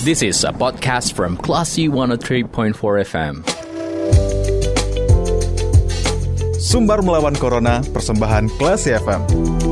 This is a podcast from Classy 103.4 FM. Sumbar melawan Corona, persembahan Classy FM.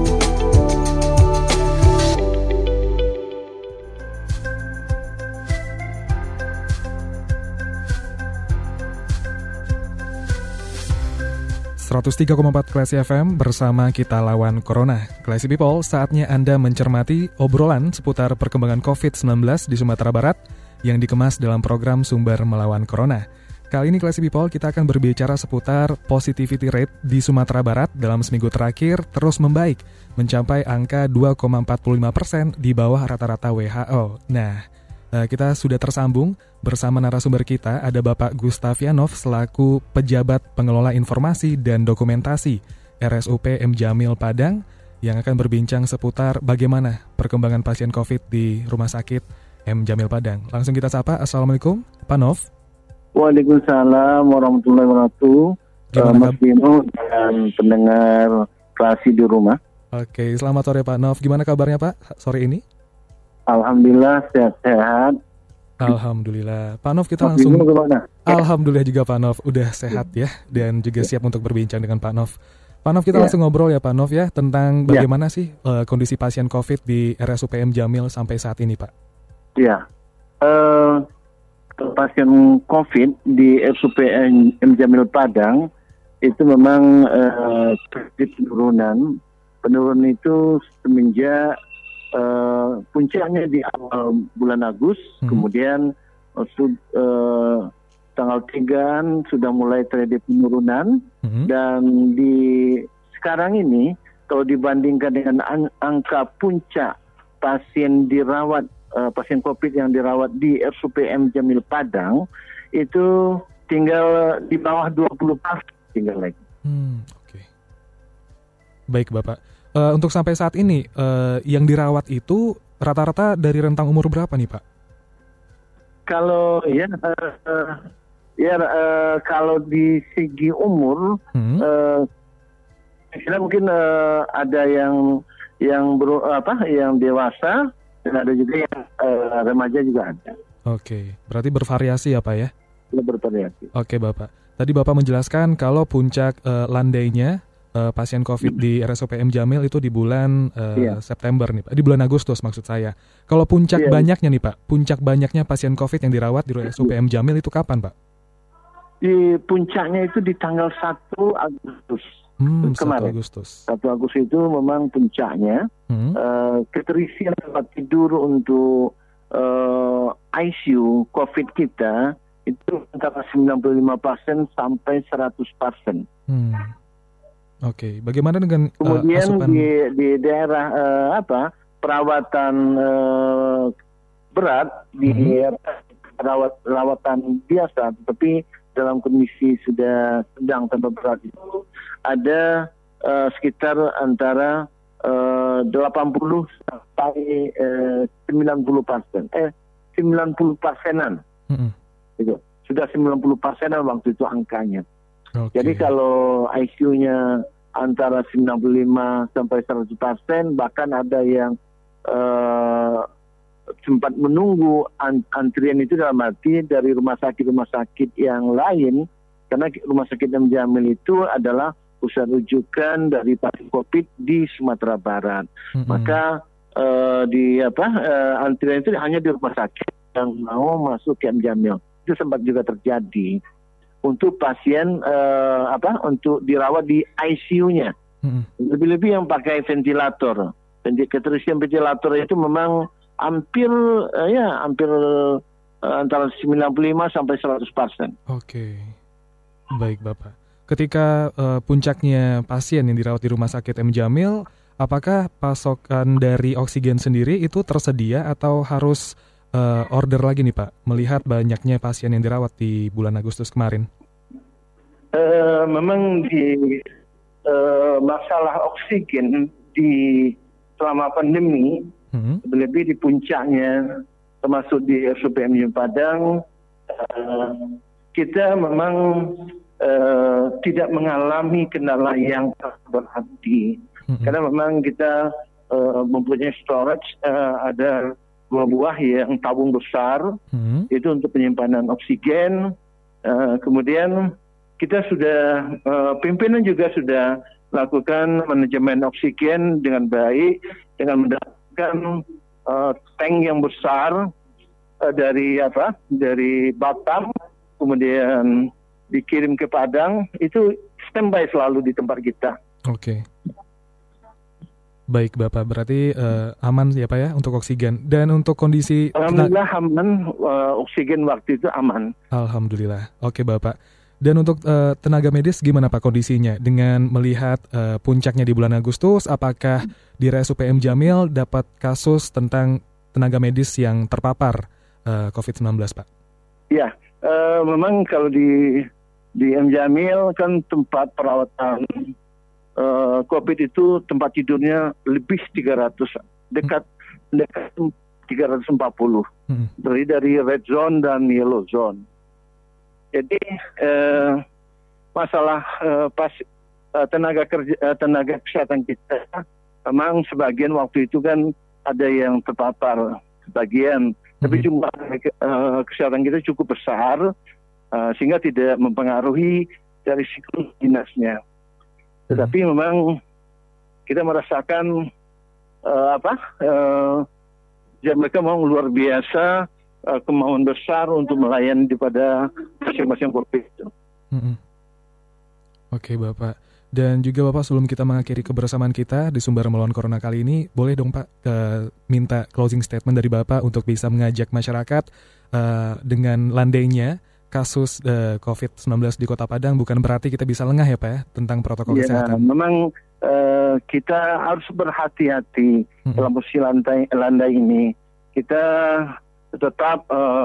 ...103,4 Classy FM bersama kita lawan Corona. Classy People, saatnya Anda mencermati obrolan seputar perkembangan COVID-19 di Sumatera Barat yang dikemas dalam program Sumber Melawan Corona. Kali ini Classy People, kita akan berbicara seputar positivity rate di Sumatera Barat dalam seminggu terakhir terus membaik, mencapai angka 2,45% di bawah rata-rata WHO. Nah, kita sudah tersambung bersama narasumber kita, ada Bapak Gustavianov selaku Pejabat Pengelola Informasi dan Dokumentasi RSUP M. Jamil Padang yang akan berbincang seputar bagaimana perkembangan pasien COVID di Rumah Sakit M. Jamil Padang. Langsung kita sapa. Assalamualaikum, Pak Nov. Waalaikumsalam warahmatullahi wabarakatuh. Mas Dino dan pendengar Classy di rumah. Oke, selamat sore Pak Nov. Gimana kabarnya Pak sore ini? Alhamdulillah sehat-sehat. Alhamdulillah. Pak Nov, kita langsung. Alhamdulillah juga Pak Nov udah sehat ya dan juga siap untuk berbincang dengan Pak Nov. Pak Nov, kita langsung ngobrol ya Pak Nov ya tentang bagaimana sih kondisi pasien COVID di RSUP M. Jamil sampai saat ini Pak. Ya, pasien COVID di RSUP M. Jamil Padang itu memang terjadi penurunan. Penurunan itu semenjak puncaknya di awal bulan Agustus, kemudian tanggal 3 sudah mulai terjadi penurunan, dan di sekarang ini kalau dibandingkan dengan angka puncak pasien dirawat, pasien COVID yang dirawat di RSUP M. Jamil Padang itu tinggal di bawah 20% tinggal lagi. Oke. Baik Bapak. Untuk sampai saat ini, yang dirawat itu rata-rata dari rentang umur berapa nih Pak? Kalau kalau di segi umur, kira mungkin ada yang dewasa dan ada juga yang remaja juga ada. Oke, berarti bervariasi ya Pak ya? Bervariasi. Oke Bapak. Tadi Bapak menjelaskan kalau puncak landainya pasien COVID di RSUP M. Jamil itu di bulan September nih Pak, di bulan Agustus maksud saya. Kalau puncak banyaknya nih Pak, puncak banyaknya pasien COVID yang dirawat di RSUP M. Jamil itu kapan Pak? Di puncaknya itu di tanggal 1 Agustus kemarin. 1 Agustus itu memang puncaknya. Keterisian tempat tidur untuk ICU COVID kita itu antara 95% sampai 100%. Oke, bagaimana dengan kemudian asupan di daerah perawatan berat di perawatan biasa, tetapi dalam kondisi sudah sedang tanpa berat itu ada sekitar antara 80 sampai 90%, 90%-an. Itu sudah 90%-an waktu itu angkanya. Jadi kalau ICU-nya antara 95 sampai 100%, bahkan ada yang sempat menunggu antrian itu dalam arti dari rumah sakit yang lain, karena rumah sakit M. Jamil itu adalah pusat rujukan dari pasien COVID di Sumatera Barat. Maka antrian itu hanya di rumah sakit yang mau masuk ke M. Jamil. Itu sempat juga terjadi untuk pasien untuk dirawat di ICU-nya. Lebih-lebih yang pakai ventilator. Keterisian ventilator itu memang hampir antara 95 sampai 100%. Oke. Baik Bapak. Ketika puncaknya pasien yang dirawat di Rumah Sakit M. Jamil, apakah pasokan dari oksigen sendiri itu tersedia atau harus order lagi nih Pak, melihat banyaknya pasien yang dirawat di bulan Agustus kemarin? Memang di masalah oksigen di selama pandemi, lebih di puncaknya termasuk di RSUP M. Jamil Padang, kita memang tidak mengalami kendala yang berarti, karena memang kita mempunyai storage, ada buah yang tabung besar, itu untuk penyimpanan oksigen. Kemudian kita sudah, pimpinan juga sudah lakukan manajemen oksigen dengan baik, dengan mendapatkan tank yang besar dari Batam, kemudian dikirim ke Padang, itu standby selalu di tempat kita. Oke. Baik Bapak, berarti aman ya Pak ya untuk oksigen. Dan untuk kondisi... Alhamdulillah aman, oksigen waktu itu aman. Alhamdulillah, oke Bapak. Dan untuk tenaga medis gimana Pak kondisinya? Dengan melihat puncaknya di bulan Agustus, apakah di RSUPM Jamil dapat kasus tentang tenaga medis yang terpapar COVID-19 Pak? Ya, memang kalau di M Jamil kan tempat perawatan COVID itu tempat tidurnya lebih 300, dekat 340. Dari red zone dan yellow zone. Jadi masalah tenaga kesehatan kita, memang sebagian waktu itu kan ada yang terpapar sebagian, tapi jumlah kesehatan kita cukup besar sehingga tidak mempengaruhi dari siklus dinasnya. Tetapi memang kita merasakan mereka memang luar biasa kemauan besar untuk melayani kepada pasien-pasien COVID. Oke Bapak. Dan juga Bapak, sebelum kita mengakhiri kebersamaan kita di Sumber Melawan Corona kali ini, boleh dong Pak minta closing statement dari Bapak untuk bisa mengajak masyarakat dengan landainya kasus COVID-19 di Kota Padang, bukan berarti kita bisa lengah ya Pak ya tentang protokol kesehatan. Memang kita harus berhati-hati dalam posisi landai ini. Kita tetap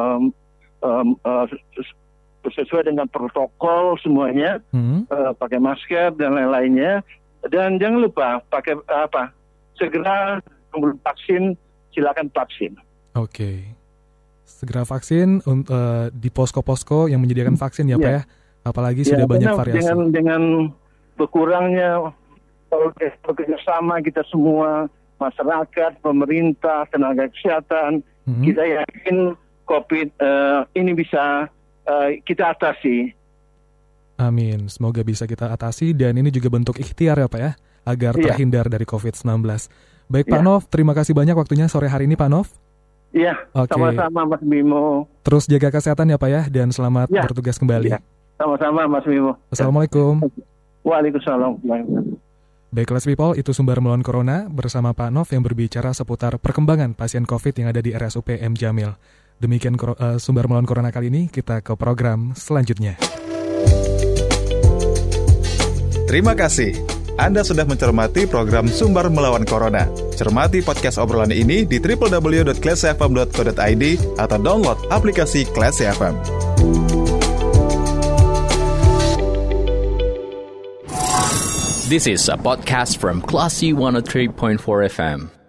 sesuai dengan protokol semuanya, pakai masker dan lain-lainnya. Dan jangan lupa pakai segera belum vaksin, silakan vaksin. Oke. Segera vaksin di posko-posko yang menyediakan vaksin ya Pak ya. Apalagi sudah banyak variasi. Dengan berkurangnya bekerjasama kita semua, masyarakat, pemerintah, tenaga kesehatan, kita yakin COVID ini bisa kita atasi. Amin. Semoga bisa kita atasi, dan ini juga bentuk ikhtiar ya Pak ya, agar terhindar dari COVID-19. Baik Pak Nov, terima kasih banyak waktunya sore hari ini Pak Nov. Iya, sama-sama Mas Bimo. Terus jaga kesehatan ya Pak ya, dan selamat bertugas kembali. Ya. Sama-sama Mas Bimo. Assalamualaikum. Waalaikumsalam. Baik Class People, itu Sumber Melawan Corona bersama Pak Nov yang berbicara seputar perkembangan pasien COVID yang ada di RSUPM Jamil. Demikian Sumber Melawan Corona kali ini, kita ke program selanjutnya. Terima kasih. Anda sudah mencermati program Sumber Melawan Corona. Cermati podcast obrolan ini di www.classifm.co.id atau download aplikasi Classy FM. This is a podcast from Classy 103.4 FM.